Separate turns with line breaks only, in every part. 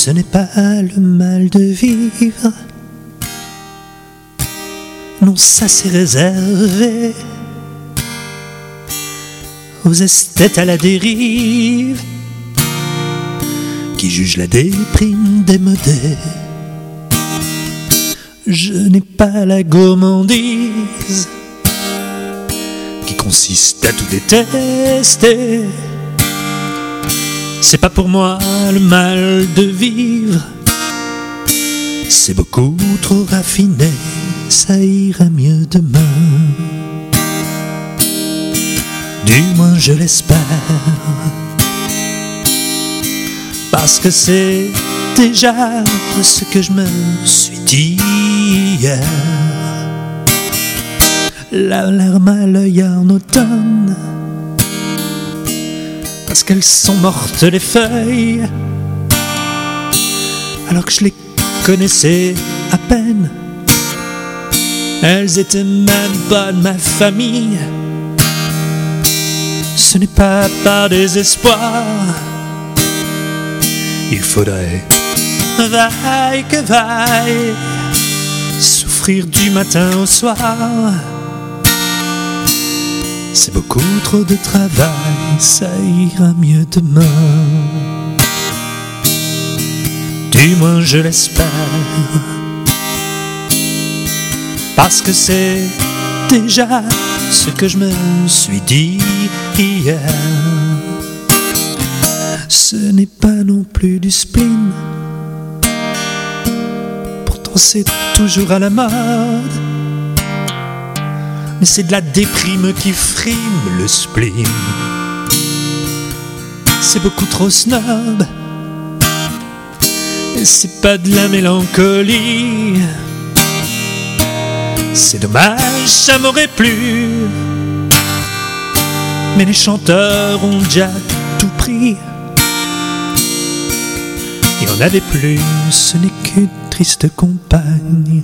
Ce n'est pas le mal de vivre, non, ça c'est réservé aux esthètes à la dérive qui jugent la déprime démodée. Je n'ai pas la gourmandise qui consiste à tout détester. C'est pas pour moi le mal de vivre, c'est beaucoup trop raffiné, ça ira mieux demain. Du moins je l'espère, parce que c'est déjà ce que je me suis dit hier. La larme à l'œil en automne, parce qu'elles sont mortes les feuilles, alors que je les connaissais à peine. Elles étaient même pas de ma famille. Ce n'est pas par désespoir, il faudrait, vaille que vaille, souffrir du matin au soir. C'est beaucoup trop de travail, ça ira mieux demain. Du moins je l'espère, parce que c'est déjà ce que je me suis dit hier. Ce n'est pas non plus du spleen, pourtant c'est toujours à la mode, mais c'est de la déprime qui frime le spleen. C'est beaucoup trop snob, et c'est pas de la mélancolie. C'est dommage, ça m'aurait plu, mais les chanteurs ont déjà tout pris. Il n'y en avait plus, ce n'est qu'une triste compagne,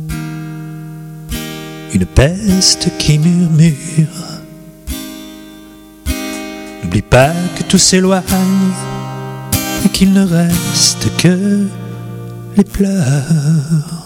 une peste qui murmure. N'oublie pas que tout s'éloigne et qu'il ne reste que les pleurs.